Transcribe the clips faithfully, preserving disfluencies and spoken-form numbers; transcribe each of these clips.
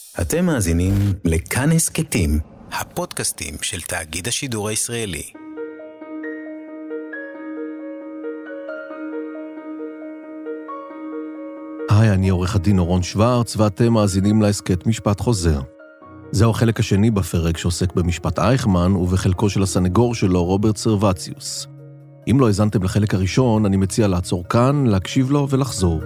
אתם מאזינים לכאן הסכתים, הפודקאסטים של תאגיד השידור הישראלי. היי, אני עורך הדין אורון שוורץ, ואתם מאזינים להסכת משפט חוזר. זהו החלק השני בפרק שעוסק במשפט אייכמן, ובחלקו של הסנגור שלו, רוברט סרווציוס. אם לא האזנתם לחלק הראשון, אני מציע לעצור כאן, להקשיב לו ולחזור.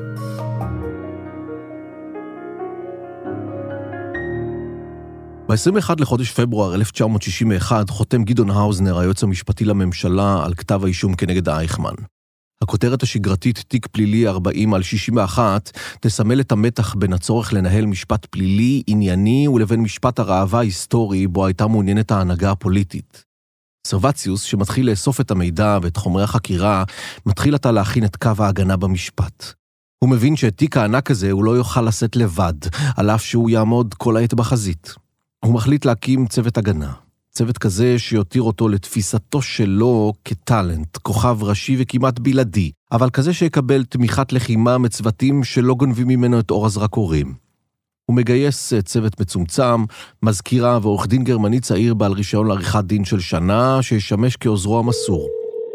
ב-עשרים ואחד לחודש פברואר אלף תשע מאות שישים ואחת חותם גדעון האוזנר, היועץ המשפטי לממשלה, על כתב האישום כנגד אייכמן. הכותרת השגרתית תיק פלילי ארבעים על שישים ואחת תסמל את המתח בין הצורך לנהל משפט פלילי ענייני ולבין משפט הראווה היסטורי בו הייתה מעוניינת ההנהגה הפוליטית. סרווציוס, שמתחיל לאסוף את המידע ואת חומרי החקירה, מתחיל עתה להכין את קו ההגנה במשפט. הוא מבין שאת תיק הענק הזה הוא לא יוכל לשאת לבד, על אף שהוא יעמוד כל העת בחזית. הוא מחליט להקים צוות הגנה. צוות כזה שיותיר אותו לתפיסתו שלו כטלנט, כוכב ראשי וכמעט בלעדי, אבל כזה שיקבל תמיכת לחימה מצוותים שלא גונבים ממנו את אור הזרקורים. הוא מגייס צוות מצומצם, מזכירה ועורך דין גרמני צעיר בעל רישיון לעריכת דין של שנה, שישמש כעוזרו המסור.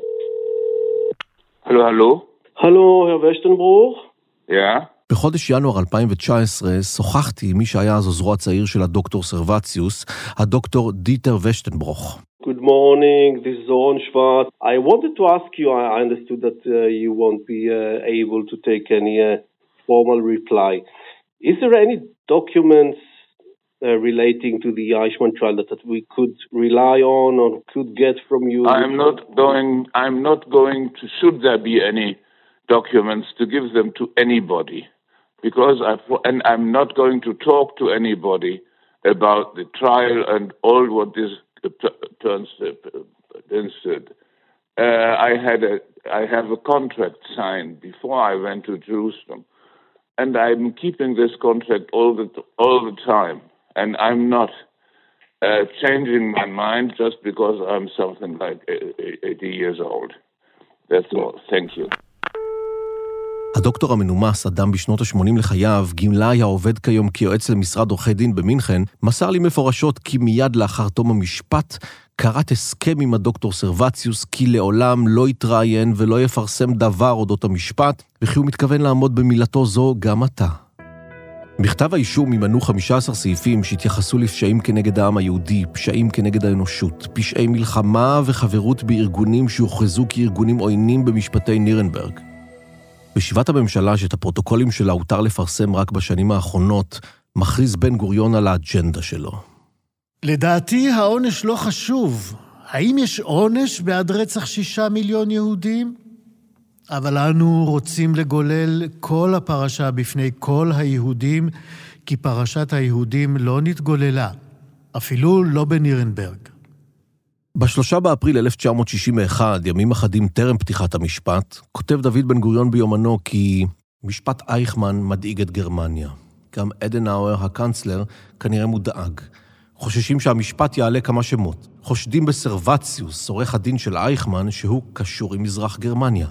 הלו, הלו. הלו, הרב ושטנברוך. יא. בחודש ינואר אלפיים תשע עשרה שוחחתי עם מי שהיה אז עוזרו הצעיר של הדוקטור סרווציוס, הדוקטור דיטר ושטנברוך. Good morning, this is Oron Schwartz. I wanted to ask you, I understood that uh, you won't be uh, able to take any uh, formal reply. Is there any documents uh, relating to the Eichmann trial that, that we could rely on or could get from you? I'm not going, I'm not going to, should there be any documents, to give them to anybody. Because I, and I'm not going to talk to anybody about the trial and all what this turns into. Uh, I had a, I have a contract signed before I went to Jerusalem, and I'm keeping this contract all the all the time, and I'm not uh, changing my mind just because I'm something like eighty years old. That's all. Thank you. הדוקטור המנומס, אדם בשנות ה-שמונים לחייו, גמלאי העובד כיום כיועץ למשרד עורכי דין במינכן, מסר לי מפורשות כי מיד לאחר תום המשפט, קראת הסכם עם הדוקטור סרווציוס כי לעולם לא יתראיין ולא יפרסם דבר אודות המשפט, וכי הוא מתכוון לעמוד במילתו זו גם עתה. בכתב האישום ימנו חמישה עשר סעיפים שהתייחסו לפשעים כנגד העם היהודי, פשעים כנגד האנושות, פשעי מלחמה וחברות בארגונים שהוכרזו כארגונים עוינים במשפטי נירנברג. בישיבת הממשלה שאת הפרוטוקולים שלה הותר לפרסם רק בשנים האחרונות, מכריז בן גוריון על האג'נדה שלו. לדעתי העונש לא חשוב. האם יש עונש בעד רצח שישה מיליון יהודים? אבל אנו רוצים לגולל כל הפרשה בפני כל היהודים, כי פרשת היהודים לא נתגוללה, אפילו לא בנירנברג. בשלושה באפריל אלף תשע מאות שישים ואחת, ימים אחדים טרם פתיחת המשפט, כותב דוד בן גוריון ביומנו כי משפט אייכמן מדאיג את גרמניה. גם אדנאואר, הקנצלר, כנראה מודאג. חוששים שהמשפט יעלה כמה שמות. חושדים בסרווציוס, עורך הדין של אייכמן, שהוא קשור עם מזרח גרמניה.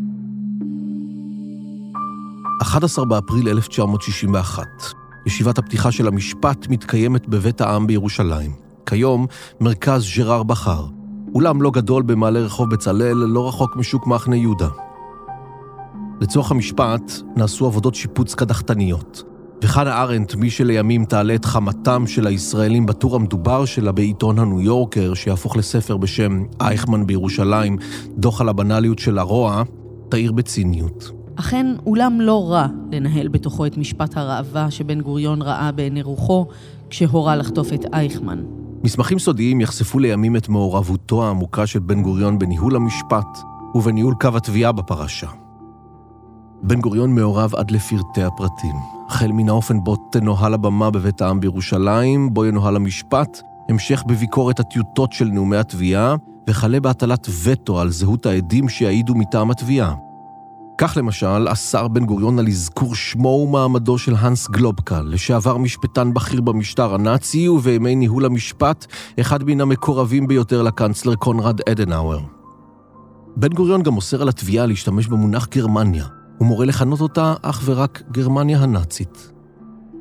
אחד עשר באפריל אלף תשע מאות שישים ואחת. ישיבת הפתיחה של המשפט מתקיימת בבית העם בירושלים. כיום מרכז ז'רר בחר, אולם לא גדול במעלה רחוב בצלאל, לא רחוק משוק מחנה יהודה. לצורך המשפט נעשו עבודות שיפוץ קדחתניות, וחנה ארנדט, מי שלימים תעלה את חמתם של הישראלים בטור המדובר שלה בעיתון הניו יורקר, שיהפוך לספר בשם אייכמן בירושלים, דוח על הבנליות של הרוע, תאיר בציניות. אכן, אולם לא רע לנהל בתוכו את משפט הראווה שבן גוריון ראה בעיני רוחו, כשהורה לחטוף את אייכמן. מסמכים סודיים יחשפו לימים את מעורבותו העמוקה של בן גוריון בניהול המשפט ובניהול קו התביעה בפרשה. בן גוריון מעורב עד לפרטי הפרטים, החל מן האופן בו תנוהל הבמה בבית העם בירושלים, בו ינוהל המשפט, המשך בביקורת הטיוטות של נאומי התביעה, וחלה בהטלת וטו על זהות העדים שיעידו מטעם התביעה. כך למשל, אסר בן גוריון על אזכור שמו ומעמדו של הנס גלובקה, לשעבר משפטן בכיר במשטר הנאצי, ובימי ניהול המשפט, אחד מן המקורבים ביותר לקנצלר קונרד אדנאואר. בן גוריון גם אוסר על התביעה להשתמש במונח גרמניה, ומורה לכנות אותה אך ורק גרמניה הנאצית.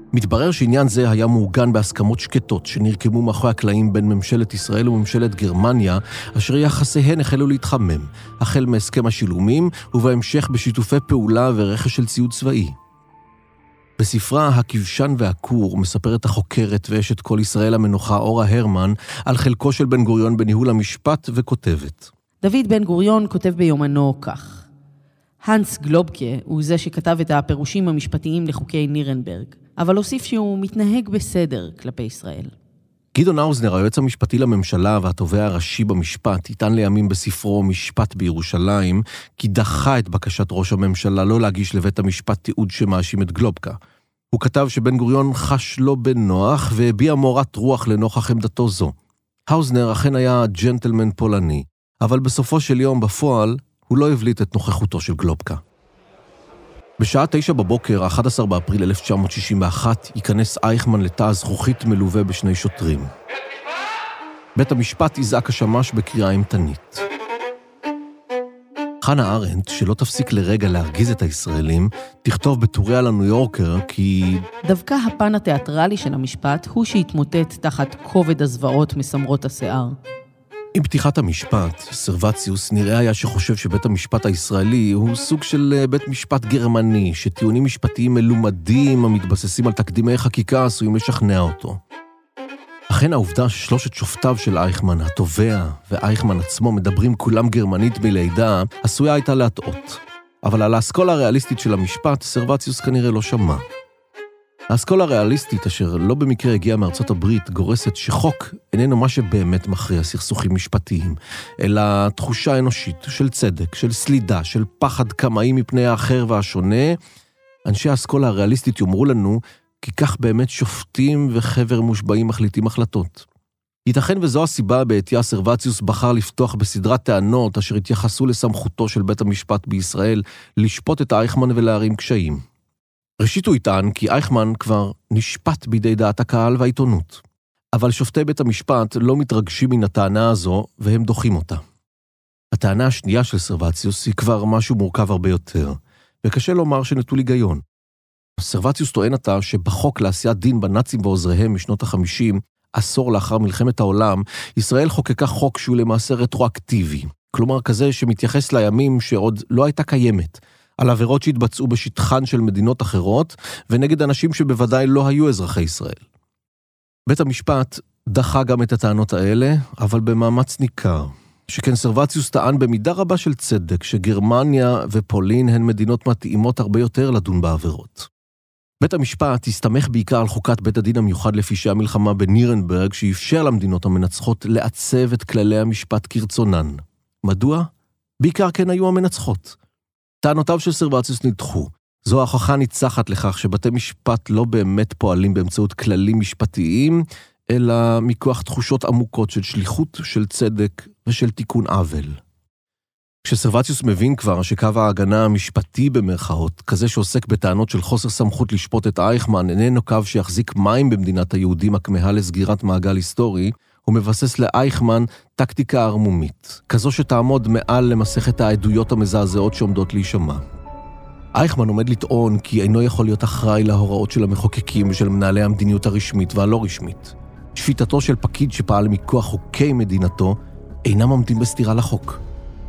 מתברר שעניין זה היה מעוגן בהסכמות שקטות שנרקמו מאחורי הקלעים בין ממשלת ישראל וממשלת גרמניה, אשר יחסיהן החלו להתחמם, החל מהסכם השילומים ובהמשך בשיתופי פעולה ורכש של ציוד צבאי. בספרה הכבשן והכור מספרת החוקרת ואשת כל ישראל המנוחה אורה הרמן על חלקו של בן גוריון בניהול המשפט וכותבת. דוד בן גוריון כותב ביומנו כך: הנס גלובקה הוא זה שכתב את הפירושים המשפטיים לחוקי נירנברג, אבל הוסיף שהוא מתנהג בסדר כלפי ישראל. גדעון האוזנר, היועץ המשפטי לממשלה והתובע הראשי במשפט, יטען לימים בספרו משפט בירושלים, כי דחה את בקשת ראש הממשלה לא להגיש לבית המשפט תיעוד שמאשים את גלובקה. הוא כתב שבן גוריון חש לא בנוח והביע מורת רוח לנוכח עמדתו זו. האוזנר אכן היה ג'נטלמן פולני, אבל בסופו של יום בפועל הוא לא הבליט את נוכחותו של גלובקה. בשעה תשע בבוקר, אחד עשר באפריל אלף תשע מאות שישים ואחת, ייכנס אייכמן לתא הזכוכית מלווה בשני שוטרים. בית המשפט יזעק השמש בקריאה אימתנית. חנה ארנדט, שלא תפסיק לרגע להרגיז את הישראלים, תכתוב בטוריה לניו יורקר כי דווקא הפן התיאטרלי של המשפט הוא שהתמוטט תחת כובד הזוועות מסמרות השיער. עם פתיחת המשפט, סרווציוס נראה היה שחושב שבית המשפט הישראלי הוא סוג של בית משפט גרמני, שטיעונים משפטיים מלומדים המתבססים על תקדימי חקיקה עשויים לשכנע אותו. אכן העובדה ששלושת שופטיו של אייכמן, התובע ואייכמן עצמו מדברים כולם גרמנית מלידה, עשויה הייתה להטעות. אבל על האסכולה הריאליסטית של המשפט, סרווציוס כנראה לא שמע. האסכולה הריאליסטית, אשר לא במקרה הגיעה מארצות הברית, גורסת שחוק איננו מה שבאמת מכריע סכסוכים משפטיים, אלא תחושה אנושית של צדק, של סלידה, של פחד קמאי מפני האחר והשונה. אנשי האסכולה הריאליסטית יאמרו לנו כי כך באמת שופטים וחבר מושבעים מחליטים החלטות. ייתכן וזו הסיבה בעתיה סרווציוס בחר לפתוח בסדרת טענות אשר התייחסו לסמכותו של בית המשפט בישראל לשפוט את אייכמן ולהרים קשיים. ראשית הוא יטען כי אייכמן כבר נשפט בידי דעת הקהל והעיתונות. אבל שופטי בית המשפט לא מתרגשים מן הטענה הזו והם דוחים אותה. הטענה השנייה של סרווציוס היא כבר משהו מורכב הרבה יותר, וקשה לומר שנטול היגיון. סרווציוס טוען עתה שבחוק לעשיית דין בנאצים ועוזריהם משנות החמישים, עשור לאחר מלחמת העולם, ישראל חוקקה חוק שהוא למעשה רטרואקטיבי, כלומר כזה שמתייחס לימים שעוד לא הייתה קיימת, על עבירות שהתבצעו בשטחן של מדינות אחרות, ונגד אנשים שבוודאי לא היו אזרחי ישראל. בית המשפט דחה גם את הטענות האלה, אבל במאמץ ניכר, שכן סרווציוס טען במידה רבה של צדק, שגרמניה ופולין הן מדינות מתאימות הרבה יותר לדון בעבירות. בית המשפט הסתמך בעיקר על חוקת בית הדין המיוחד לפשעי המלחמה בנירנברג, שאפשר למדינות המנצחות לעצב את כללי המשפט כרצונן. מדוע? בעיקר כן היו המנצחות. טענותיו של סרווציוס נדחו. זו ההוכחה ניצחת לכך שבתי משפט לא באמת פועלים באמצעות כללים משפטיים, אלא מכוח תחושות עמוקות של שליחות, של צדק ושל תיקון עוול. כשסרווציוס מבין כבר שקו ההגנה המשפטי במרכאות, כזה שעוסק בטענות של חוסר סמכות לשפוט את אייכמן, איננו קו שיחזיק מים במדינת היהודים הכמהה לסגירת מעגל היסטורי, הוא מבסס לאייכמן טקטיקה ערמומית, כזו שתעמוד מעל למסכת העדויות המזעזעות שעומדות להישמע. אייכמן עומד לטעון כי אינו יכול להיות אחראי להוראות של המחוקקים ושל מנהלי המדיניות הרשמית והלא רשמית. שפיטתו של פקיד שפעל מכוח חוקי מדינתו אינם עומדים בסתירה לחוק.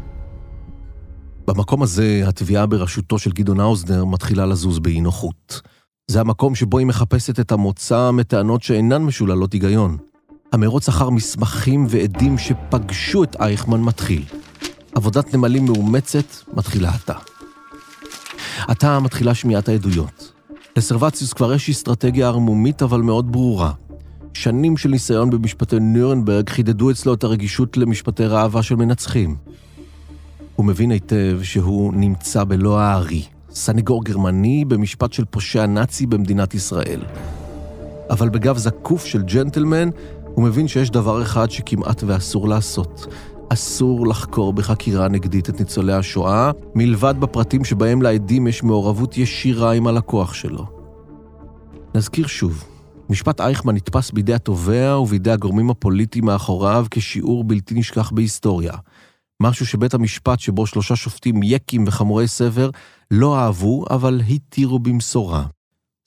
במקום הזה, התביעה בראשותו של גדעון האוזנר מתחילה לזוז באי נוחות. זה המקום שבו היא מחפשת את המוצא מטענות שאינן משוללות היגיון. המרוץ אחר מסמכים ועדים שפגשו את אייכמן מתחיל. עבודת נמלים מאומצת מתחילה עתה. עתה מתחילה שמיעת העדויות. לסרווציוס כבר יש אסטרטגיה ערמומית אבל מאוד ברורה. שנים של ניסיון במשפטי נירנברג חידדו אצלו את הרגישות למשפטי ראווה של מנצחים. הוא מבין היטב שהוא נמצא בלא הערי, סניגור גרמני במשפט של פושע נאצי במדינת ישראל. אבל בגב זקוף של ג'נטלמן, הוא מבין שיש דבר אחד שכמעט ואסור לעשות. אסור לחקור בחקירה נגדית את ניצולי השואה, מלבד בפרטים שבהם לעדים יש מעורבות ישירה עם הלקוח שלו. נזכיר שוב, משפט אייכמן נתפס בידי התובע ובידי הגורמים הפוליטיים מאחוריו כשיעור בלתי נשכח בהיסטוריה. משהו שבית המשפט שבו שלושה שופטים יקים וחמורי סבר לא אהבו, אבל התירו במשורה.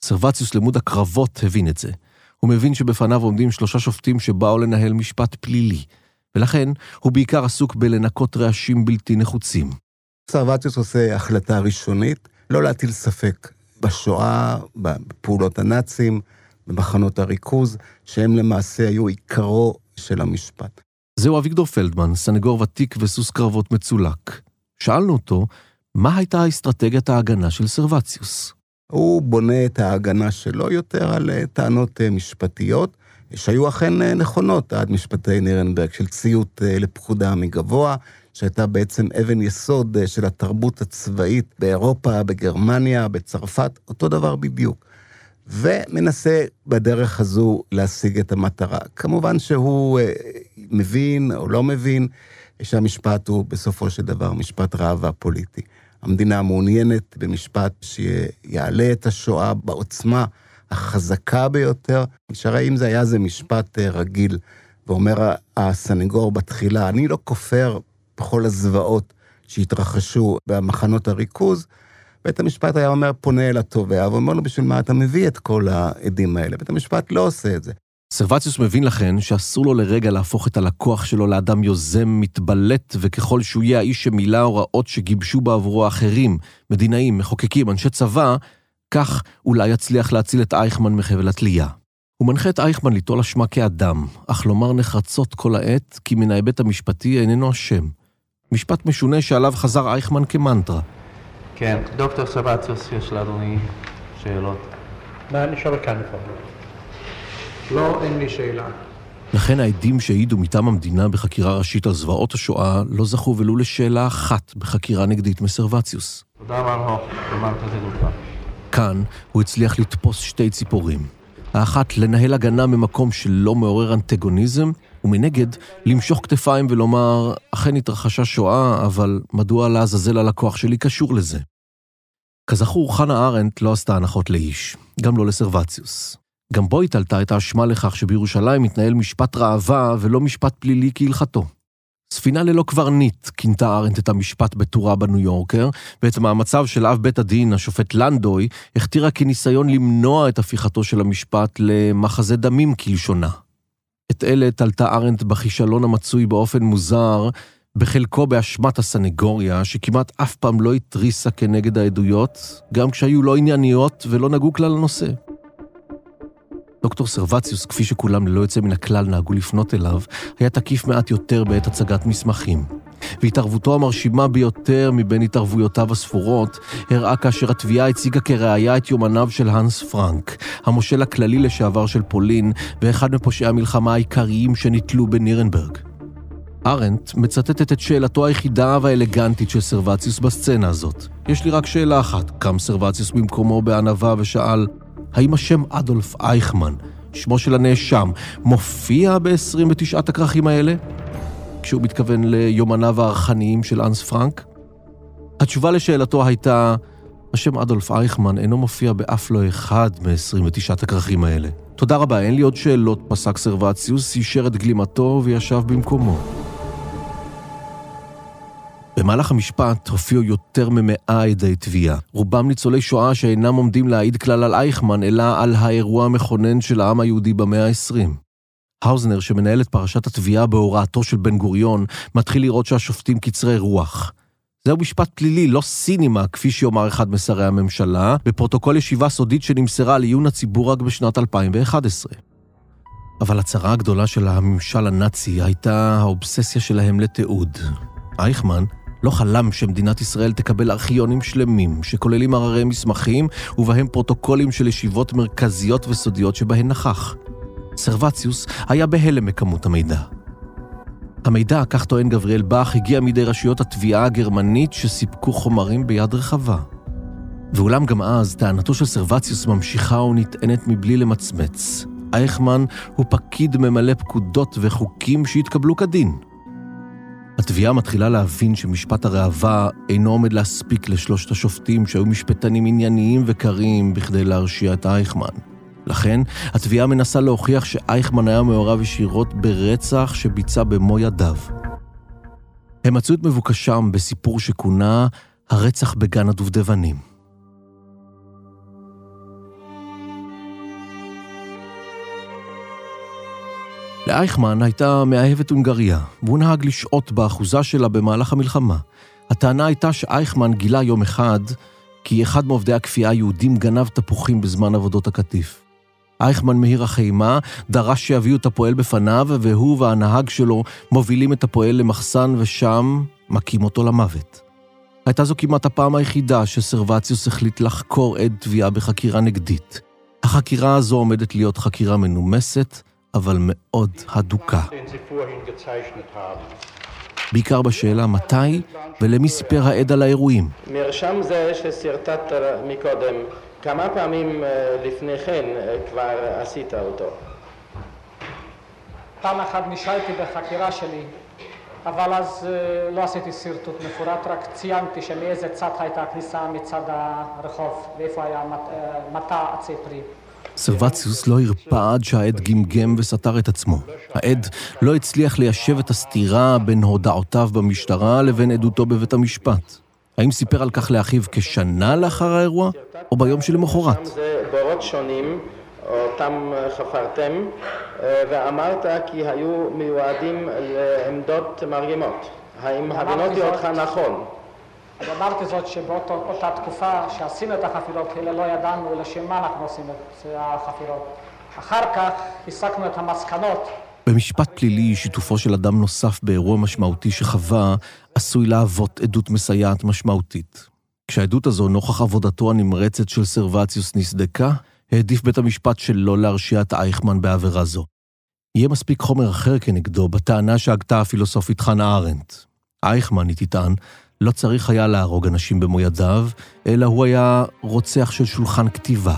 סרבציוס למוד הקרבות הבין את זה. הוא מבין שבפניו עומדים שלושה שופטים שבאו לנהל משפט פלילי, ולכן הוא בעיקר עסוק בלנקות רעשים בלתי נחוצים. סרבציוס עושה החלטה ראשונית, לא להטיל ספק בשואה, בפעולות הנאצים, במחנות הריכוז, שהם למעשה היו עיקרו של המשפט. זהו אביגדור פלדמן, סנגור ותיק וסוס קרבות מצולק. שאלנו אותו, מה הייתה אסטרטגיית ההגנה של סרבציוס? הוא בונה את ההגנה שלו יותר על טענות משפטיות, שהיו אכן נכונות עד משפטי נירנברג, של ציות לפקודה מגבוה, שהייתה בעצם אבן יסוד של התרבות הצבאית באירופה, בגרמניה, בצרפת, אותו דבר בדיוק. ומנסה בדרך הזו להשיג את המטרה. כמובן שהוא מבין או לא מבין שהמשפט הוא בסופו של דבר משפט ראווה פוליטי. המדינה מעוניינת במשפט שיעלה את השואה בעוצמה החזקה ביותר, שהרי אם זה היה זה משפט רגיל, ואומר הסנגור בתחילה, אני לא כופר בכל הזוועות שהתרחשו במחנות הריכוז, בית המשפט היה אומר, פונה אל התובע, ואומר לו, בשביל מה אתה מביא את כל העדים האלה? בית המשפט לא עושה את זה. סרבציוס מבין לכן שאסור לו לרגע להפוך את הלקוח שלו לאדם יוזם, מתבלט, וככל שהוא יהיה האיש שמילא הוראות שגיבשו בעבורו אחרים, מדינאים, מחוקקים, אנשי צבא, כך אולי יצליח להציל את אייכמן מחבל התלייה. הוא מנחה את אייכמן ליטול אשמה כאדם, אך לומר נחרצות כל העת, כי מן ההיבט המשפטי איננו אשם. משפט משונה שעליו חזר אייכמן כמנטרה. כן, דוקטור סרבציוס, יש לאדוני שאלות. מה נשאר כאן לפעמים? לא, אין לי שאלה. לכן העדים שהעידו מטעם המדינה בחקירה ראשית על זוועות השואה לא זכו ולו לשאלה אחת בחקירה נגדית מסרבציוס. תודה מרהו, תאמר כזה גולפה. כאן הוא הצליח לתפוס שתי ציפורים. האחת, לנהל הגנה ממקום שלא מעורר אנטגוניזם, ומנגד, למשוך כתפיים ולומר, אכן התרחשה שואה, אבל מדוע לעזאזל הלקוח שלי קשור לזה? כזכור, חנה ארנדט לא עשתה הנחות לאיש, גם לא לסרבציוס. גם בו התעלתה את האשמה לכך שבירושלים מתנהל משפט ראווה ולא משפט פלילי כהלכתו. ספינה ללא קברניט כינתה ארנדט את המשפט בתורה בניו יורקר, ואת מאמציו של אב בית הדין, השופט לנדוי, הכתירה כניסיון למנוע את הפיכתו של המשפט למחזה דמים כלשונה. את אלה תלתה ארנדט בכישלון המצוי באופן מוזר, בחלקו באשמת הסנגוריה, שכמעט אף פעם לא התריסה כנגד העדויות, גם כשהיו לא ענייניות ולא נגעו כלל לנושא. דוקטור סרבציוס, כפי שכולם ללא יוצא מן הכלל נהגו לפנות אליו, היה תקיף מעט יותר בעת הצגת מסמכים. והתערבותו המרשימה ביותר מבין התערבויותיו הספורות, הראה כאשר התביעה הציגה כראיה את יומניו של הנס פרנק, המושל הכללי לשעבר של פולין, ואחד מפושעי המלחמה העיקריים שניטלו בנירנברג. ארנדט מצטטת את שאלתו היחידה והאלגנטית של סרבציוס בסצנה הזאת. יש לי רק שאלה אחת, קם סרבציוס במקומו בענווה ושאל, האם השם אדולף אייכמן, שמו של הנאשם, מופיע ב-עשרים ותשעת הכרכים האלה? כשהוא מתכוון ליומניו הארכניים של אנס פרנק? התשובה לשאלתו הייתה, השם אדולף אייכמן אינו מופיע באף לא אחד מ-עשרים ותשעת הכרכים האלה. תודה רבה, אין לי עוד שאלות, פסק סרבציוס, אישר את גלימתו וישב במקומו. במהלך המשפט הופיעו יותר ממאה עדי תביעה. רובם ניצולי שואה שאינם עומדים להעיד כלל על אייכמן, אלא על האירוע המכונן של העם היהודי במאה ה-עשרים. האוזנר, שמנהל את פרשת התביעה בהוראתו של בן גוריון, מתחיל לראות שהשופטים קצרי רוח. זהו משפט פלילי, לא סינימה, כפי שיאמר אחד משרי הממשלה, בפרוטוקול ישיבה סודית שנמסרה לעיון הציבור רק בשנת אלפיים ואחת עשרה. אבל הצרה הגדולה של הממשל הנאצי הייתה האובססיה שלהם לתיעוד. אייכמן לא חלם שמדינת ישראל תקבל ארכיונים שלמים, שכוללים הררי מסמכים, ובהם פרוטוקולים של ישיבות מרכזיות וסודיות שבהן נכח. סרבציוס היה בהלם מכמות המידע. המידע, כך טוען גבריאל בח, הגיע מידי רשויות התביעה הגרמנית שסיפקו חומרים ביד רחבה. ואולם גם אז, טענתו של סרבציוס ממשיכה ונטענת מבלי למצמץ. אייכמן הוא פקיד ממלא פקודות וחוקים שהתקבלו כדין. התביעה מתחילה להבין שמשפט הראווה אינו עומד להספיק לשלושת השופטים שהיו משפטנים ענייניים וקרים בכדי להרשיע את אייכמן. לכן, התביעה מנסה להוכיח שאייכמן היה מעורב ישירות ברצח שביצע במו ידיו. הם מצאו את מבוקשם בסיפור שכונה הרצח בגן הדובדבנים. לאייכמן הייתה מאהבת הונגריה, והוא נהג לשעות באחוזה שלה במהלך המלחמה. הטענה הייתה שאייכמן גילה יום אחד כי אחד מעובדי הכפייה היהודים גנב תפוחים בזמן עבודות הקטיף. אייכמן מהיר החיימה דרש שיביאו את הפועל בפניו, והוא והנהג שלו מובילים את הפועל למחסן ושם מכים אותו למוות. הייתה זו כמעט הפעם היחידה שסרבציוס החליט לחקור עד תביעה בחקירה נגדית. החקירה הזו עומדת להיות חקירה מנומסת, אבל מאוד הדוקה. בעיקר בשאלה מתי ולמי סיפר העד על האירועים. מרשם זה שסרטט מקודם, כמה פעמים לפני כן כבר עשית אותו? פעם אחת נשאלתי בחקירה שלי, אבל אז לא עשיתי סרטוט מפורט, רק ציינתי שמאיזה צד הייתה הכניסה מצד הרחוב, ואיפה היה מטע עצי פרי. סרבציוס לא הרפא עד שהעד גמגם וסתר את עצמו. העד לא הצליח ליישב את הסתירה בין הודעותיו במשטרה לבין עדותו בבית המשפט. האם סיפר על כך לאחיו כשנה לאחר האירוע, או ביום שלמחרת? זה בורות שונים, אותם חפרתם, ואמרת כי היו מיועדים לעמדות מרגימות. האם הבינותי אותך נכון? אז אמרתי זאת שבאותה תקופה שעשינו את החפירות האלה לא ידענו לשם מה אנחנו עושים את החפירות. אחר כך הסקנו את המסקנות. במשפט פלילי, שיתופו של אדם נוסף באירוע משמעותי שחווה, עשוי להוות עדות מסייעת משמעותית. כשהעדות הזו, נוכח עבודתו הנמרצת של סרבציוס נסדקה, העדיף בית המשפט שלא להרשיע את אייכמן בעבירה זו. יהיה מספיק חומר אחר כנגדו, בטענה שהגתה הפילוסופית חנה ארנדט. אייכמן, היא תטען, לא צריך היה להרוג אנשים במו ידיו, אלא הוא היה רוצח של שולחן כתיבה.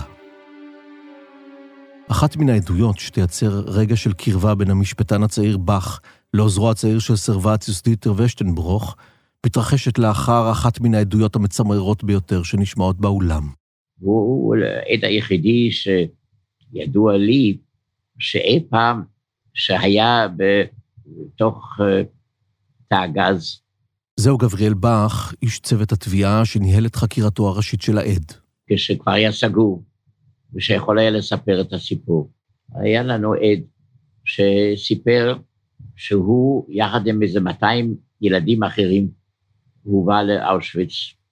אחת מן העדויות שתייצר רגע של קרבה בין המשפטן הצעיר בח לעוזרו הצעיר של סרבציוס דיטר ושטנברוך, מתרחשת לאחר אחת מן העדויות המצמררות ביותר שנשמעות באולם. הוא העד היחידי שידוע לי שאי פעם שהיה בתוך תא הגז. זהו גבריאל בח, איש צוות התביעה שניהל את חקירתו הראשית של העד. כשכבר היה סגור, ושיכול היה לספר את הסיפור. היה לנו עד שסיפר שהוא, יחד עם איזה מאתיים ילדים אחרים, הוא בא לאושוויץ,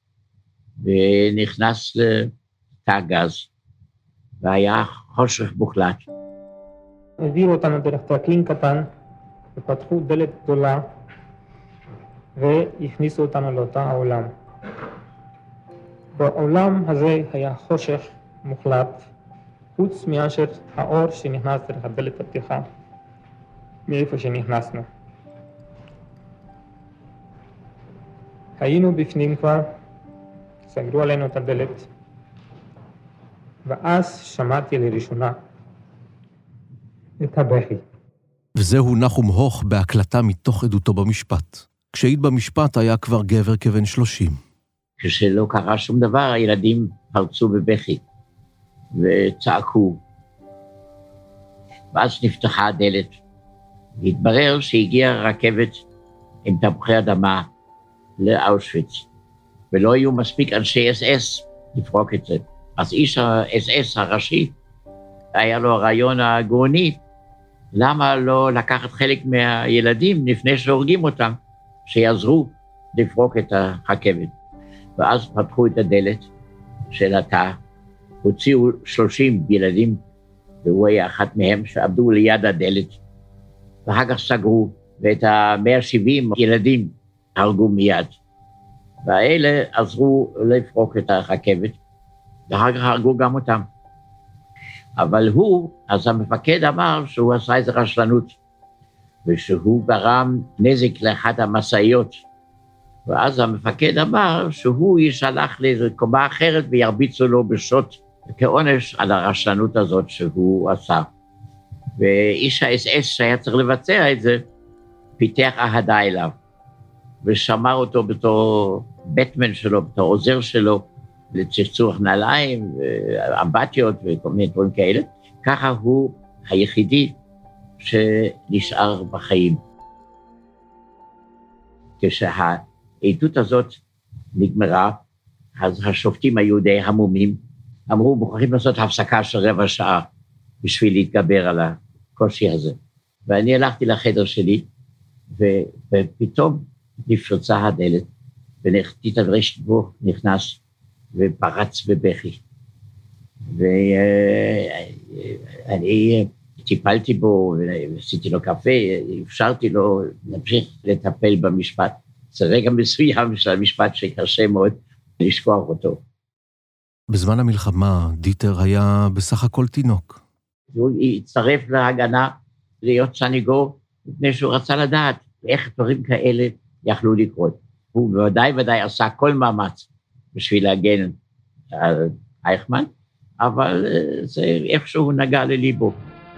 ונכנס לתא הגז, והיה חושך מוחלט. העבירו אותנו דרך טרקלין קטן, ופתחו דלת גדולה, והכניסו אותנו לאותה העולם. בעולם הזה היה חושך מוחלט, חוץ מאשר האור שנכנס דרך הדלת הפתיחה, מאיפה שנכנסנו. היינו בפנים כבר, סגרו עלינו את הדלת, ואז שמעתי לראשונה את הבכי. וזהו נחום הוך בהקלטה מתוך עדותו במשפט. כשהעיד במשפט היה כבר גבר כבן שלושים. כשלא קרה שום דבר, הילדים פרצו בבכי וצעקו. ואז נפתחה הדלת. והתברר שהגיעה רכבת עם תפוחי אדמה לאושוויץ, ולא היו מספיק אנשי אס אס לפרוק את זה. אז איש ה-אס אס הראשי, היה לו הרעיון הגאוני, למה לא לקחת חלק מהילדים לפני שהורגים אותם, שיעזרו לפרוק את הרכבת. ואז פתחו את הדלת של התא, הוציאו שלושים ילדים, והוא היה אחת מהם שעבדו ליד הדלת, ואחר כך סגרו, ואת ה-מאה ושבעים ילדים הרגו מיד. והאלה עזרו לפרוק את הרכבת, ואחר כך הרגו גם אותם. אבל הוא, אז המפקד אמר שהוא עשה איזו רשלנות, ושהוא גרם נזק לאחת המשאיות. ואז המפקד אמר שהוא ישלח לאיזו קומה אחרת וירביצו לו בשוט כעונש על הרשלנות הזאת שהוא עשה. ואיש ה-אס אס שהיה צריך לבצע את זה, פיתח אהדה אליו, ושמר אותו בתור בטמן שלו, בתור עוזר שלו, לצחצוח נעליים, אמבטיות וכל מיני דברים כאלה. ככה הוא היחידי שנשאר בחיים. כשהעדות הזאת נגמרה, אז השופטים היו די המומים, אמרו, מוכרחים לעשות הפסקה של רבע שעה, בשביל להתגבר על הקושי הזה. ואני הלכתי לחדר שלי, ופתאום נפרצה הדלת, וטיטה רשטבוך נכנס ופרץ בבכי. ואני טיפלתי בו, ועשיתי לו קפה, אפשרתי לו להמשיך לטפל במשפט. זה רגע מסוים של המשפט שקשה מאוד לשכוח אותו. בזמן המלחמה, דיטר היה בסך הכל תינוק. הוא הצטרף להגנה להיות סניגור, מפני שהוא רצה לדעת איך דברים כאלה יכלו לקרות. הוא בוודאי ודאי עשה כל מאמץ בשביל להגן על אייכמן, אבל זה איכשהו נגע לליבו.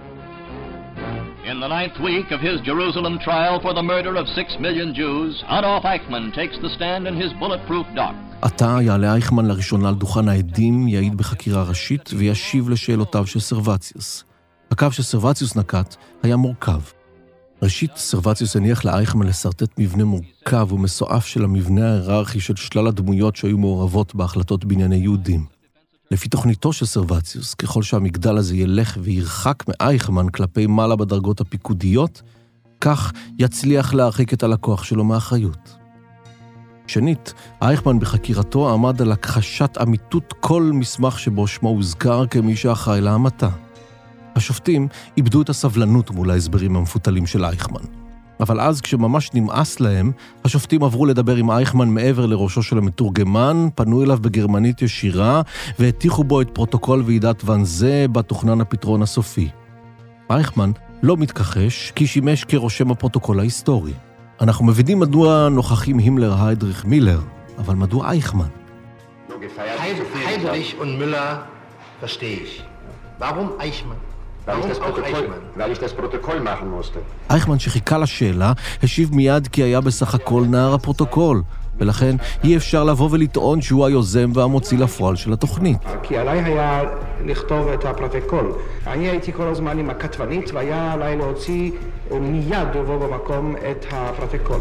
In the ninth week of his Jerusalem trial for the murder of six million Jews, Adolf Eichmann takes the stand in his bulletproof dock. עתה יעלה אייכמן לראשונה על דוכן העדים, יעיד בחקירה ראשית וישיב לשאלותיו של סרווציוס. הקו שסרווציוס נקט היה מורכב. ראשית, סרווציוס הניח לאייכמן לסרטט מבנה מורכב ומסועף של המבנה ההיררכי של שלל הדמויות שהיו מעורבות בהחלטות בענייני יהודים. לפי תוכניתו של סרווציוס, ככל שהמגדל הזה ילך וירחק מאייכמן כלפי מעלה בדרגות הפיקודיות, כך יצליח להרחיק את הלקוח שלו מאחריות. שנית, אייכמן בחקירתו עמד על הכחשת אמיתות כל מסמך שבו שמו הוזכר כמי שאחראי להמתה. השופטים איבדו את הסבלנות מול ההסברים המפותלים של אייכמן. אבל אז כשממש נמאס להם, השופטים עברו לדבר עם אייכמן מעבר לראשו של המתורגמן, פנו אליו בגרמנית ישירה, והטיחו בו את פרוטוקול ועידת ואנזה בתוכנן הפתרון הסופי. אייכמן לא מתכחש, כי שימש כרושם הפרוטוקול ההיסטורי. אנחנו מבינים מדוע נוכחים הימלר, היידריך, מילר, אבל מדוע אייכמן? Heydrich und Müller verstehe ich. Warum Eichmann? Weil ich, das Protokoll, weil ich das Protokoll machen musste. אייכמן שחיכה לשאלה, השיב מיד כי היה בסך הכל נער הפרוטוקול, ולכן אי אפשר לבוא ולטעון שהוא היוזם והמוציא לפועל של התוכנית. כי עליי היה לכתוב את הפרוטוקול. אני הייתי כל הזמן עם הכתבנית, והיה עליי להוציא מיד ובו במקום את הפרוטוקול.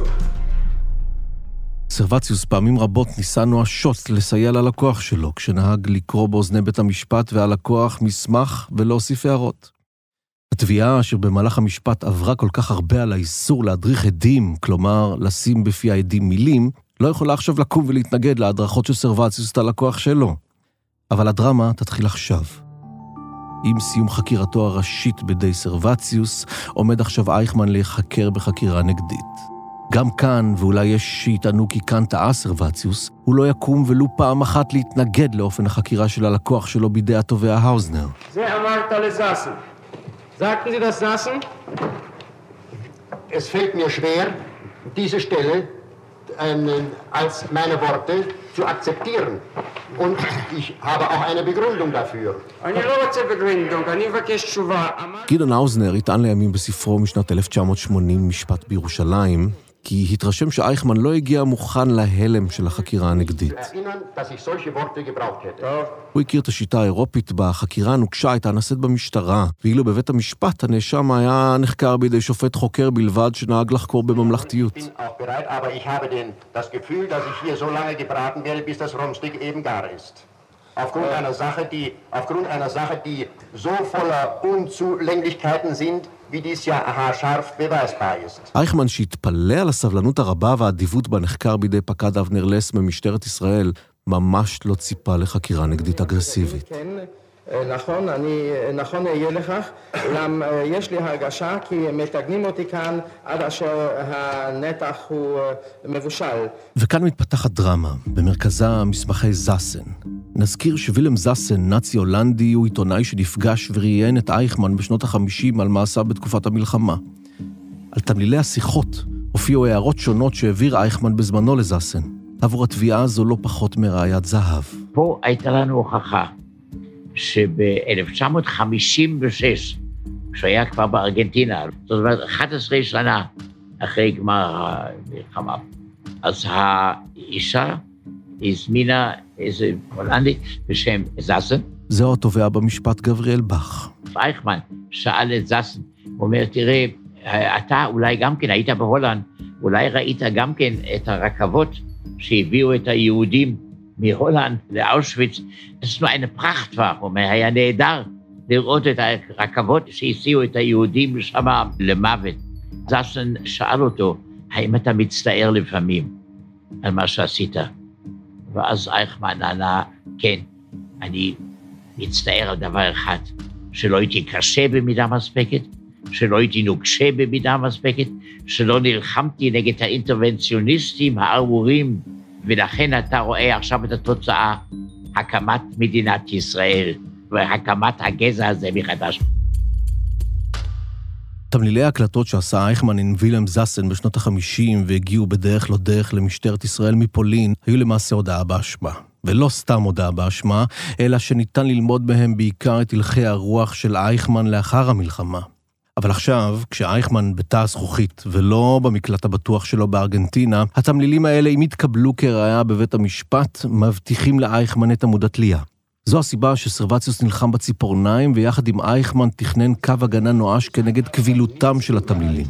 סרווציוס פעמים רבות ניסה נואשות לסייע ללקוח שלו, כשנהג לקרוא באוזני בית המשפט והלקוח מסמך ולהוסיף הערות. התביעה אשר במהלך המשפט עברה כל כך הרבה על האיסור להדריך עדים, כלומר לשים בפי העדים מילים, לא יכולה עכשיו לקום ולהתנגד להדרכות של סרווציוס את הלקוח שלו. אבל הדרמה תתחיל עכשיו. עם סיום חקירתו הראשית בידי סרווציוס, עומד עכשיו אייכמן להיחקר בחקירה נגדית. גם כאן, ואולי יש שיטענו כי כאן טעה סרווציוס, הוא לא יקום ולו פעם אחת להתנגד לאופן החקירה של הלקוח שלו בידי התובע האוזנר. זה אמרת לזאסן. Sagten Sie das Sassen? Es fällt mir schwer, diese Stelle ähm, als meine Worte zu akzeptieren. Und ich habe auch eine Begründung dafür. אני לא רוצה בגרינדונג, אני מבקש תשובה. גדעון האוזנר יטען לימים בספרו משנת אלף תשע מאות שמונים משפט בירושלים, כי התרשם שאייכמן לא הגיע מוכן להלם של החקירה הנגדית. הוא הכיר את השיטה האירופית בחקירה הנוקשה הייתה נעשית במשטרה, ואילו בבית המשפט הנאשם היה נחקר בידי שופט חוקר בלבד שנהג לחקור בממלכתיות. Aufgrund einer Sache, die, aufgrund einer Sache, die so voller Unzulänglichkeiten sind, wie dies ja haarscharf beweisbar ist. אייכמן שהתפלא על הסבלנות הרבה והאדיבות בנחקר בידי פקד אבנר לס ממשטרת ישראל, ממש לא ציפה לחקירה נגדית אגרסיבית. נכון, אני, נכון אהיה לכך, אולם יש לי הרגשה כי מתגנים אותי כאן עד אשר הנתח הוא מבושל. וכאן מתפתחת דרמה, במרכזה מסמכי זאסן. נזכיר שווילם זאסן, נאצי הולנדי, הוא עיתונאי שנפגש וראיין את אייכמן בשנות החמישים על מעשיו בתקופת המלחמה. על תמלילי השיחות הופיעו הערות שונות שהעביר אייכמן בזמנו לזאסן. עבור התביעה הזו לא פחות מראיית זהב. פה הייתה לנו הוכחה. שב-אלף תשע מאות חמישים ושש, שהיה כבר בארגנטינה, זאת אומרת, אחת עשרה שנה אחרי גמר המלחמה, אז האישה הזמינה איזה הולנדי בשם זאסן. זהו התובע במשפט גבריאל בך. אייכמן שאל את זאסן, הוא אומר, תראה, אתה אולי גם כן היית בהולנד, אולי ראית גם כן את הרכבות שהביאו את היהודים מהולנד לאושוויץ, es ist nur eine Prachtware, er היה נהדר, לראות את הרכבות שהסיעו את היהודים שם למוות. זסן שאל אותו, האם אתה מצטער לפעמים על מה שעשית? ואז אייכמן ענה, כן, אני מצטער על דבר אחד, שלא הייתי קשה במידה מספקת, שלא הייתי נוקשה במידה מספקת, שלא נלחמתי נגד האינטרבנציוניסטים הארורים, ולכן אתה רואה עכשיו את התוצאה, הקמת מדינת ישראל, והקמת הגזע הזה מחדש. תמלילי ההקלטות שעשה אייכמן עם וילם זסן בשנות החמישים והגיעו בדרך לא דרך למשטרת ישראל מפולין, היו למעשה הודעה באשמה. ולא סתם הודעה באשמה, אלא שניתן ללמוד מהם בעיקר את הלכי הרוח של אייכמן לאחר המלחמה. אבל עכשיו, כשאייכמן בתא הזכוכית ולא במקלט הבטוח שלו בארגנטינה, התמלילים האלה, אם יתקבלו כראיה בבית המשפט, מבטיחים לאייכמן את עמוד התלייה. זו הסיבה שסרבציוס נלחם בציפורניים, ויחד עם אייכמן תכנן קו הגנה נואש כנגד קבילותם של התמלילים.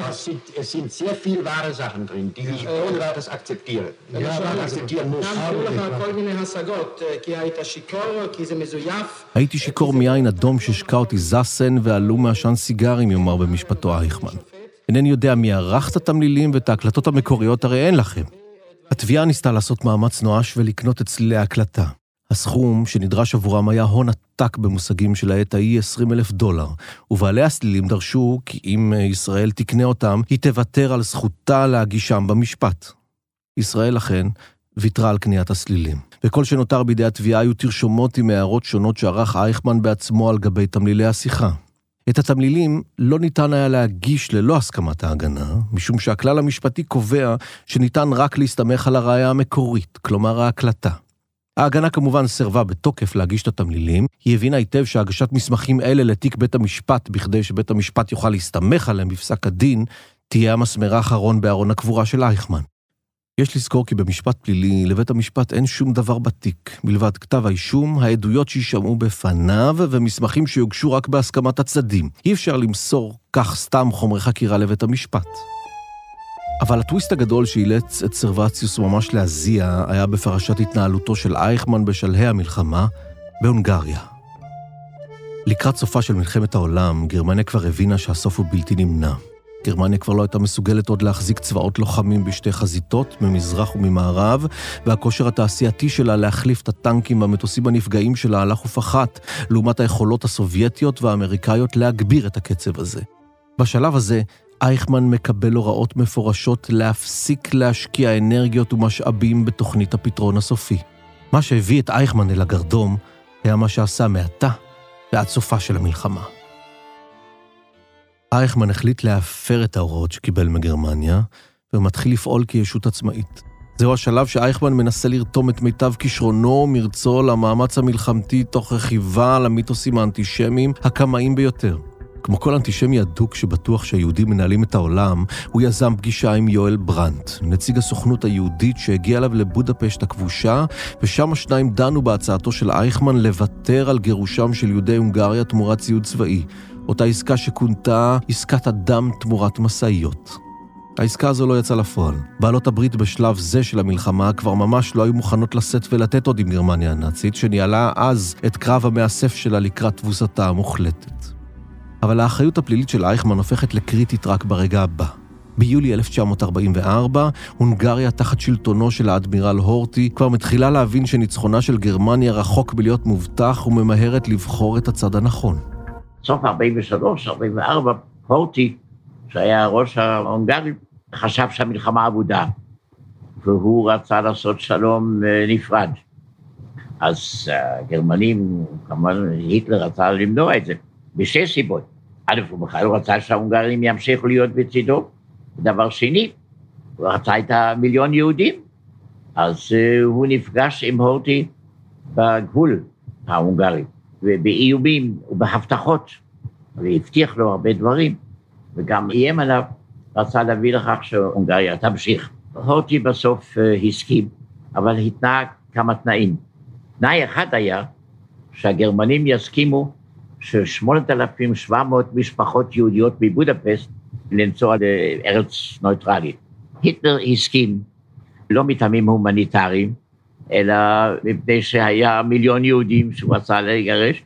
הייתי שיקור מיין אדום ששקע אותי זסן, ועלו מעשן סיגרים, יאמר במשפטו אייכמן. אינני יודע מי ערך את התמלילים, ואת ההקלטות המקוריות הרי אין לכם. התביעה ניסתה לעשות מאמץ נואש ולקנות את צלילי ההקלטה. הסכום שנדרש עבורם היה הון עתק במושגים של העת ההיא עשרים אלף דולר, ובעלי הסלילים דרשו כי אם ישראל תקנה אותם, היא תוותר על זכותה להגישם במשפט. ישראל לכן ויתרה על קניית הסלילים. וכל שנותר בידי התביעה היו תרשומות עם הערות שונות שערך אייכמן בעצמו על גבי תמלילי השיחה. את התמלילים לא ניתן היה להגיש ללא הסכמת ההגנה, משום שהכלל המשפטי קובע שניתן רק להסתמך על הראיה המקורית, כלומר ההקלטה. ההגנה כמובן סרבה בתוקף להגיש את התמלילים, היא הבינה היטב שהגשת מסמכים אלה לתיק בית המשפט, בכדי שבית המשפט יוכל להסתמך עליהם בפסק הדין, תהיה המסמר האחרון בארון הקבורה של אייכמן. יש לזכור כי במשפט פלילי לבית המשפט אין שום דבר בתיק, מלבד כתב האישום, העדויות שישמעו בפניו ומסמכים שיוגשו רק בהסכמת הצדדים. אי אפשר למסור כך סתם חומרי חקירה לבית המשפט. אבל הטוויסט הגדול שאילץ את סרבציוס ממש להזיע היה בפרשת התנהלותו של אייכמן בשלהי המלחמה בהונגריה. לקראת סופה של מלחמת העולם, גרמניה כבר הבינה שהסוף הוא בלתי נמנע. גרמניה כבר לא הייתה מסוגלת עוד להחזיק צבאות לוחמים בשתי חזיתות, ממזרח וממערב, והכושר התעשייתי שלה להחליף את הטנקים והמטוסים הנפגעים שלה הלך ופחת, לעומת היכולות הסובייטיות והאמריקאיות להגביר את הקצב הזה. בשלב הזה, אייכמן מקבל הוראות מפורשות להפסיק להשקיע אנרגיות ומשאבים בתוכנית הפתרון הסופי. מה שהביא את אייכמן אל הגרדום היה מה שעשה מעתה ועד סופה של המלחמה. אייכמן החליט להפר את ההוראות שקיבל מגרמניה, ומתחיל לפעול כישות עצמאית. זהו השלב שאייכמן מנסה לרתום את מיטב כישרונו מרצו למאמץ המלחמתי תוך רכיבה על המיתוסים האנטישמיים הקמאים ביותר. כמו כל אנטישמי אדוק שבטוח שהיהודים מנהלים את העולם, הוא יזם פגישה עם יואל ברנט, נציג הסוכנות היהודית שהגיע אליו לבודפשט הכבושה, ושם השניים דנו בהצעתו של אייכמן לוותר על גירושם של יהודי הונגריה תמורת ציוד צבאי, אותה עסקה שכונתה עסקת הדם תמורת מסעיות. העסקה הזו לא יצאה לפועל. בעלות הברית בשלב זה של המלחמה כבר ממש לא היו מוכנות לשאת ולתת עוד עם גרמניה הנאצית, שניהלה אז את קרב המאסף שלה לקראת תבוסתה המוחלטת. אבל האחריות הפלילית של אייכמן הופכת לקריטית רק ברגע הבא. ביולי אלף תשע מאות ארבעים וארבע, הונגריה תחת שלטונו של האדמירל הורטי כבר מתחילה להבין שניצחונה של גרמניה רחוק בלהיות מובטח וממהרת לבחור את הצד הנכון. סוף ארבעים ושלוש, ארבעים וארבע, הורטי, שהיה ראש ההונגרי, חשב שהמלחמה אבודה, והוא רצה לעשות שלום נפרד. אז הגרמנים, כמובן היטלר רצה למנוע את זה. בשתי סיבות. א', הוא בכלל רצה שההונגרים ימשיכו להיות בצידו. דבר שני, הוא רצה את המיליון יהודים. אז uh, הוא נפגש עם הורטי בגבול ההונגרי, ובאיומים ובהבטחות, והבטיח לו הרבה דברים, וגם איים עליו, רצה להביא לכך שהונגריה תמשיך. הורטי בסוף uh, הסכים, אבל התנה כמה תנאים. תנאי אחד היה שהגרמנים יסכימו ש-שמונת אלפים שבע מאות משפחות יהודיות מבודפשט לנסוע לארץ נויטרלית. היטלר הסכים, לא מטעמים הומניטריים, אלא מפני שהיה מיליון יהודים שהוא רצה לגרש,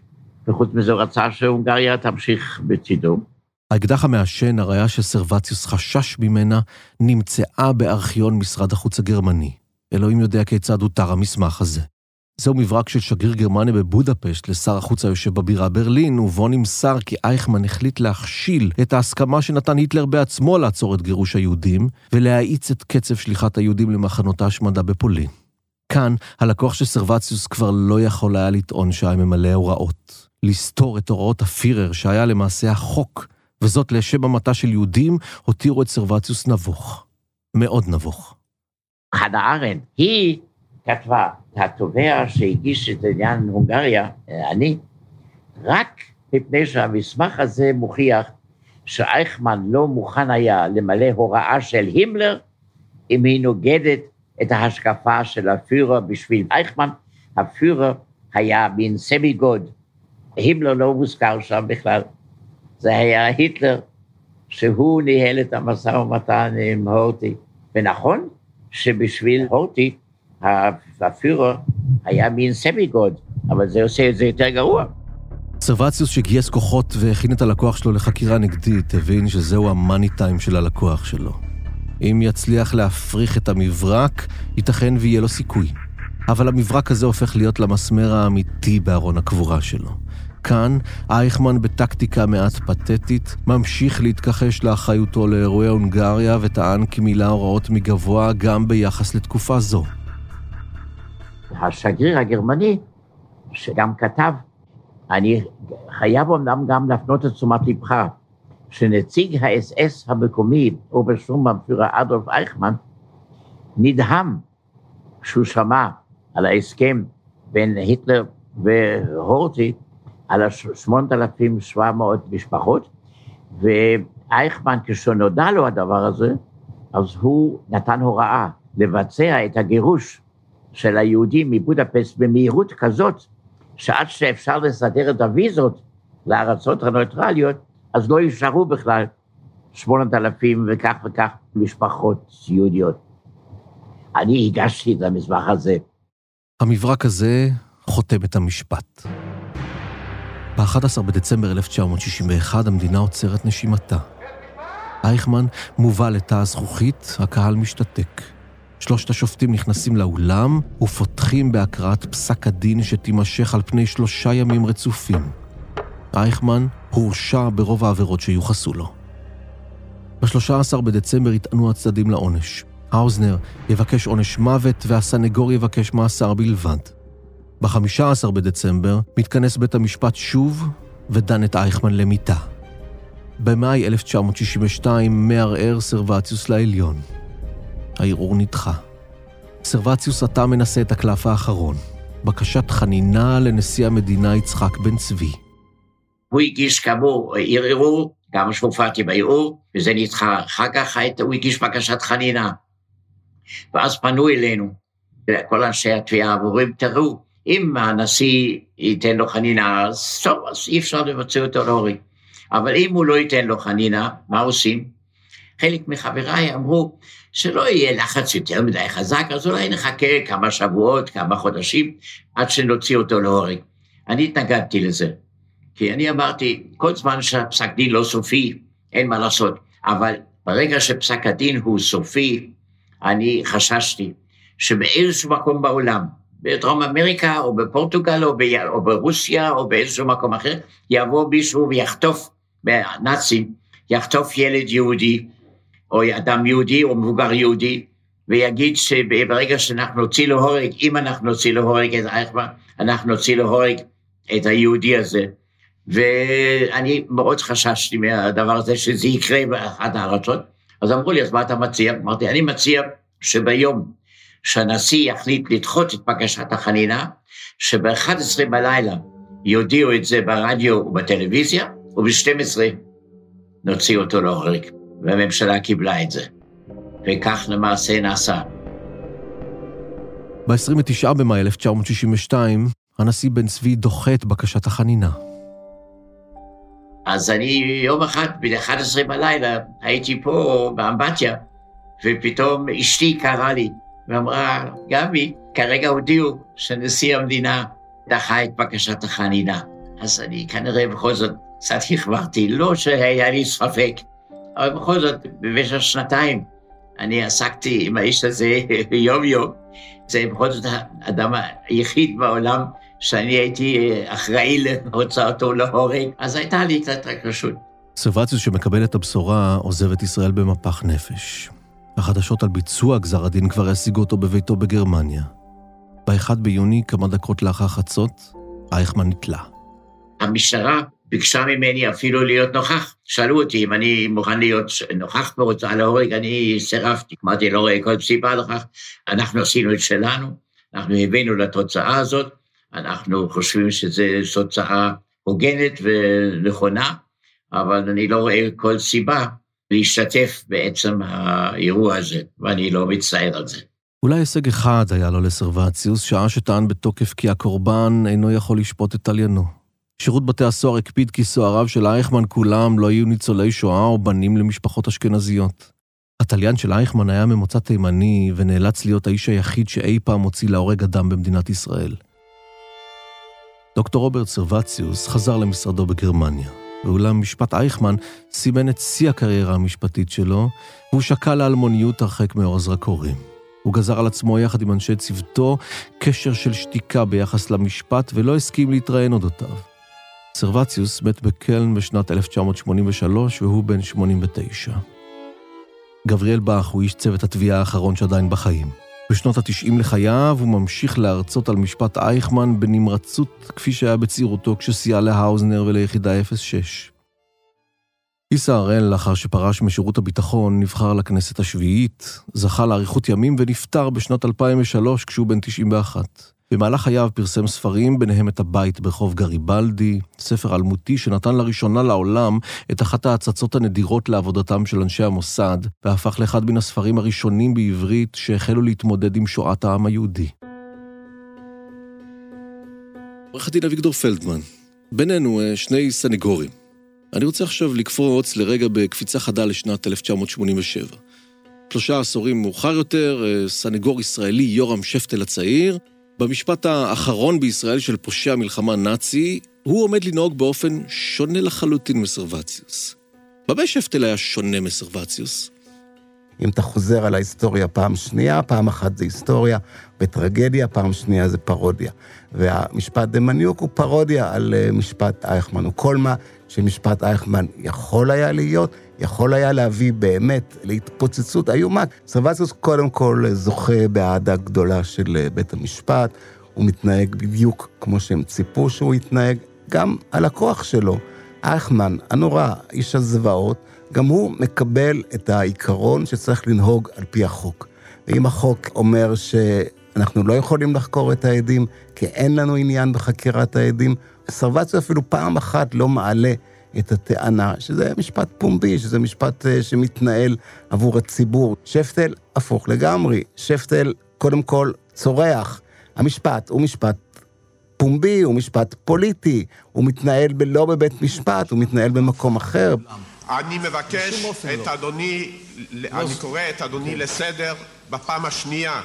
וחוץ מזה רצה שהונגריה תמשיך בצידו. האקדח המעשן, הראיה שסרווציוס חשש ממנה, נמצאה בארכיון משרד החוץ הגרמני. אלוהים יודע כיצד הותר המסמך הזה. זהו מברק של שגריר גרמניה בבודפשט לשר החוץ היושב בבירה ברלין, ובו נמסר כי אייכמן החליט להכשיל את ההסכמה שנתן היטלר בעצמו לעצור את גירוש היהודים, ולהאיץ את קצב שליחת היהודים למחנות ההשמדה בפולין. כאן, הלקוח של סרווציוס כבר לא יכול היה לטעון שהיה ממלא הוראות. לסתור את הוראות הפירר שהיה למעשה החוק, וזאת לשם המתה של יהודים, הותירו את סרווציוס נבוך. מאוד נבוך. חנה ארנדט, היא כתבה, התובע שהגיש את עניין הונגריה, אני, רק מפני שהמסמך הזה מוכיח שאייכמן לא מוכן היה למלא הוראה של הימלר, אם היא נוגדת את ההשקפה של הפירר בשביל אייכמן, הפירר היה מין סמיגוד, הימלר לא מוזכר שם בכלל, זה היה היטלר, שהוא ניהל את המשא ומתן עם הורטי, ונכון שבשביל הורטי, הפירר היה מין סמיגוד, אבל זה עושה את זה יותר גרוע. סרווציוס שגייס כוחות והכין את הלקוח שלו לחקירה נגדית, הבין שזהו המאני טיים של הלקוח שלו. אם יצליח להפריך את המברק, ייתכן ויהיה לו סיכוי. אבל המברק הזה הופך להיות למסמר האמיתי בארון הקבורה שלו. כאן, אייכמן בטקטיקה מעט פתטית, ממשיך להתכחש לאחריותו לאירועי הונגריה, וטען כי מילא הוראות מגבוה גם ביחס לתקופה זו. השגריר הגרמני, שגם כתב, אני חייב אומנם גם להפנות את תשומת לבך, שנציג ה-אס אס המקומי, אוברשטורמבאנפירר אדולף אייכמן, נדהם שהוא שמע על ההסכם בין היטלר והורטי, על ה-שמונת אלפים ושבע מאות משפחות, ואייכמן כשנודע לו הדבר הזה, אז הוא נתן הוראה לבצע את הגירוש של היהודים מבודפשט במהירות כזאת, שעד שאפשר לסדר את הוויזות לארצות הנויטרליות, אז לא יישארו בכלל שמונת אלפים וכך וכך משפחות יהודיות. אני הגשתי את המסמך הזה. המברק הזה חותם את המשפט. ב-אחד עשר בדצמבר אלף תשע מאות שישים ואחת המדינה עוצרת נשימתה. אייכמן מובא לתא הזכוכית, הקהל משתתק. שלושת השופטים נכנסים לאולם ופותחים בהקראת פסק הדין שתימשך על פני שלושה ימים רצופים. אייכמן הורשע ברוב העבירות שיוחסו לו. ב-שלושה עשר בדצמבר התענו הצדדים לעונש. האוזנר יבקש עונש מוות והסנגור יבקש מאסר בלבד. ב-חמישה עשר בדצמבר מתכנס בית המשפט שוב ודן את אייכמן למיתה. במאי אלף תשע מאות שישים ושתיים מערער סרווציוס לעליון. הערעור נדחה. סרווציוס עתה מנסה את הקלף האחרון, בקשת חנינה לנשיא המדינה יצחק בן צבי. הוא הגיש כאמור ערעור, גם שהופעתי בערעור, וזה נדחה. אחר כך הוא הגיש בקשת חנינה. ואז פנו אלינו, כל אנשי התביעה, ואומרים, תראו, אם הנשיא ייתן לו חנינה, אז טוב, אז אי אפשר לבצע אותו להוריד. אבל אם הוא לא ייתן לו חנינה, מה עושים? חלק מחבריי אמרו שלא יהיה לחץ יותר מדי חזק, אז אולי נחכה כמה שבועות, כמה חודשים, עד שנוציא אותו להוריד. אני התנגדתי לזה, כי אני אמרתי, כל זמן שהפסק דין לא סופי, אין מה לעשות. אבל ברגע שפסק הדין הוא סופי, אני חששתי שבאיזשהו מקום בעולם, בדרום אמריקה או בפורטוגל או, ב... או ברוסיה או באיזשהו מקום אחר, יבוא מישהו ויחטוף, בנאצים, יחטוף ילד יהודי, או אדם יהודי או מבוגר יהודי, ויגיד שברגע שאנחנו נוציא להורג, אם אנחנו נוציא להורג את אייכמן, אנחנו נוציא להורג את היהודי הזה. ואני מאוד חששתי מהדבר הזה שזה יקרה באחת הארצות. אז אמרו לי, אז מה אתה מציע? אמרתי, אני מציע שביום שהנשיא יחליט לדחות את בקשת החנינה, שב-אחת עשרה בלילה יודיעו את זה ברדיו ובטלוויזיה, וב-שתים עשרה נוציא אותו להורג. והממשלה קיבלה את זה. וכך למעשה נעשה. ב-עשרים ותשעה במאי אלף תשע מאות שישים ושתיים, הנשיא בן צבי דוחה את בקשת החנינה. אז אני יום אחד, ב-אחת עשרה בלילה, הייתי פה באמבטיה, ופתאום אשתי קראה לי, ואמרה, גבי, כרגע הודיעו שנשיא המדינה דחה את בקשת החנינה. אז אני כנראה בכל זאת קצת הכברתי, לא שהיה לי ספק, אבל בכל זאת במשך שנתיים אני עסקתי עם האיש הזה יום יום. זה בכל זאת האדם היחיד בעולם שאני הייתי אחראי להוצאתו להורג, אז הייתה לי קצת התרגשות. סרבציוס שמקבל את הבשורה עוזב את ישראל במפח נפש. החדשות על ביצוע גזר הדין כבר השיגו אותו בביתו בגרמניה. ב-אחד ביוני, כמה דקות לאחר חצות, אייכמן נתלה. המשטרה ביקשה ממני אפילו להיות נוכח. שאלו אותי אם אני מוכן להיות נוכח בהוצאה להורג, אני סירבתי. אמרתי, לא רואה כל סיבה לכך, אנחנו עשינו את שלנו, אנחנו הבאנו לתוצאה הזאת, אנחנו חושבים שזו תוצאה הוגנת ונכונה, אבל אני לא רואה כל סיבה להשתתף בעצם האירוע הזה, ואני לא מצטער על זה. אולי הישג אחד היה לו לסרבציוס, שעה שטען בתוקף כי הקורבן אינו יכול לשפוט את עליינו. שירות בתי הסוהר הקפיד כי סוהריו של אייכמן כולם לא היו ניצולי שואה או בנים למשפחות אשכנזיות. התליין של אייכמן היה ממוצא תימני ונאלץ להיות האיש היחיד שאי פעם הוציא להורג אדם במדינת ישראל. דוקטור רוברט סרבציוס חזר למשרדו בגרמניה, ואולם משפט אייכמן סימן את שיא הקריירה המשפטית שלו, והוא שקע לאלמוניות הרחק מאור הזרקורים. הוא גזר על עצמו יחד עם אנשי צוותו קשר של שתיקה ביחס למשפט ולא הסכים להתראיין אודותיו. סרבציוס מת בקלן בשנת אלף תשע מאות שמונים ושלוש והוא בן שמונים ותשע. גבריאל באך הוא איש צוות התביעה האחרון שעדיין בחיים. בשנות התשעים לחייו הוא ממשיך להרצות על משפט אייכמן בנמרצות כפי שהיה בצעירותו כשסייע להאוזנר וליחידה אפס שש. איסה הראל, לאחר שפרש משירות הביטחון, נבחר לכנסת השביעית, זכה לאריכות ימים ונפטר בשנת אלפיים ושלוש כשהוא בן תשעים ואחת. במהלך חייו פרסם ספרים, ביניהם את הבית ברחוב גריבלדי, ספר אלמותי שנתן לראשונה לעולם את אחת ההצצות הנדירות לעבודתם של אנשי המוסד, והפך לאחד מן הספרים הראשונים בעברית שהחלו להתמודד עם שואת העם היהודי. עורך הדין אביגדור פלדמן, בינינו שני סניגורים. אני רוצה עכשיו לקפוץ לרגע בקפיצה חדה לשנת אלף תשע מאות שמונים ושבע. שלושה עשורים מאוחר יותר, סניגור ישראלי יורם שפטל הצעיר, במשפט האחרון בישראל של פושע מלחמה נאצי, הוא עומד לנהוג באופן שונה לחלוטין מסרבציוס. במה שפטל היה שונה מסרבציוס? אם אתה חוזר על ההיסטוריה פעם שנייה, פעם אחת זה היסטוריה, בטרגדיה פעם שנייה זה פרודיה. והמשפט דמניוק הוא פרודיה על משפט אייכמן, וכל מה שמשפט אייכמן יכול היה להיות, יכול היה להביא באמת להתפוצצות איומה. סרבציוס קודם כל זוכה באהדה גדולה של בית המשפט, הוא מתנהג בדיוק כמו שהם ציפו שהוא יתנהג, גם על הכוח שלו. אייכמן, הנורא, איש הזוועות, גם הוא מקבל את העיקרון שצריך לנהוג על פי החוק. ואם החוק אומר שאנחנו לא יכולים לחקור את העדים, כי אין לנו עניין בחקירת העדים, סרבציוס אפילו פעם אחת לא מעלה את הטענה, שזה משפט פומבי, שזה משפט שמתנהל עבור הציבור. שפטל הפוך לגמרי. שפטל קודם כל צורח. המשפט הוא משפט פומבי, הוא משפט פוליטי, הוא מתנהל לא בבית משפט, הוא מתנהל במקום אחר. אני מבקש את אדוני, אני קורא את אדוני לסדר בפעם השנייה,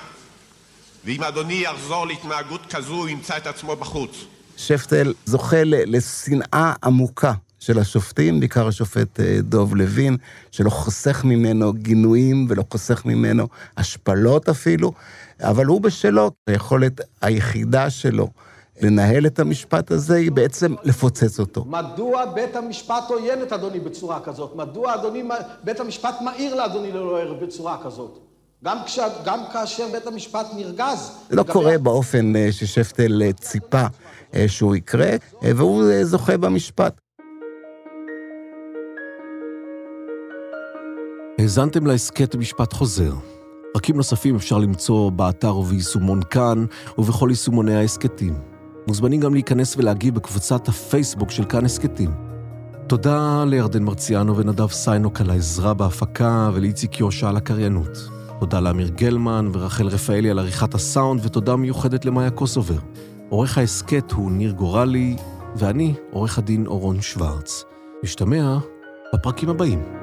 ואם אדוני יחזור להתנהגות כזו, הוא ימצא את עצמו בחוץ. שפטל זוכה לשנאה עמוקה של השופטים, בעיקר השופט דוב לוין, שלא חוסך ממנו גינויים ולא חוסך ממנו השפלות אפילו, אבל הוא בשלו, היכולת היחידה שלו לנהל את המשפט הזה היא בעצם לפוצץ אותו. מדוע בית המשפט עוין את אדוני בצורה כזאת? מדוע אדוני, בית המשפט מעיר לאדוני לא עיר בצורה כזאת? גם, כש, גם כאשר בית המשפט נרגז. זה לא קורה באופן ששפטל ציפה שהוא יקרה, והוא זוכה במשפט. האזנתם להסכת משפט חוזר. פרקים נוספים אפשר למצוא באתר וביישומון כאן ובכל יישומוני ההסכתים. מוזמנים גם להיכנס ולהגיב בקבוצת הפייסבוק של כאן הסכתים. תודה לירדן מרציאנו ונדב סיינוק על העזרה בהפקה ולאיציק יושע על הקריינות. תודה לאמיר גלמן ורחל רפאלי על עריכת הסאונד ותודה מיוחדת למאיה קוסובר. עורך ההסכת הוא ניר גורלי ואני עורך הדין אורון שוורץ. משתמע בפרקים הבאים.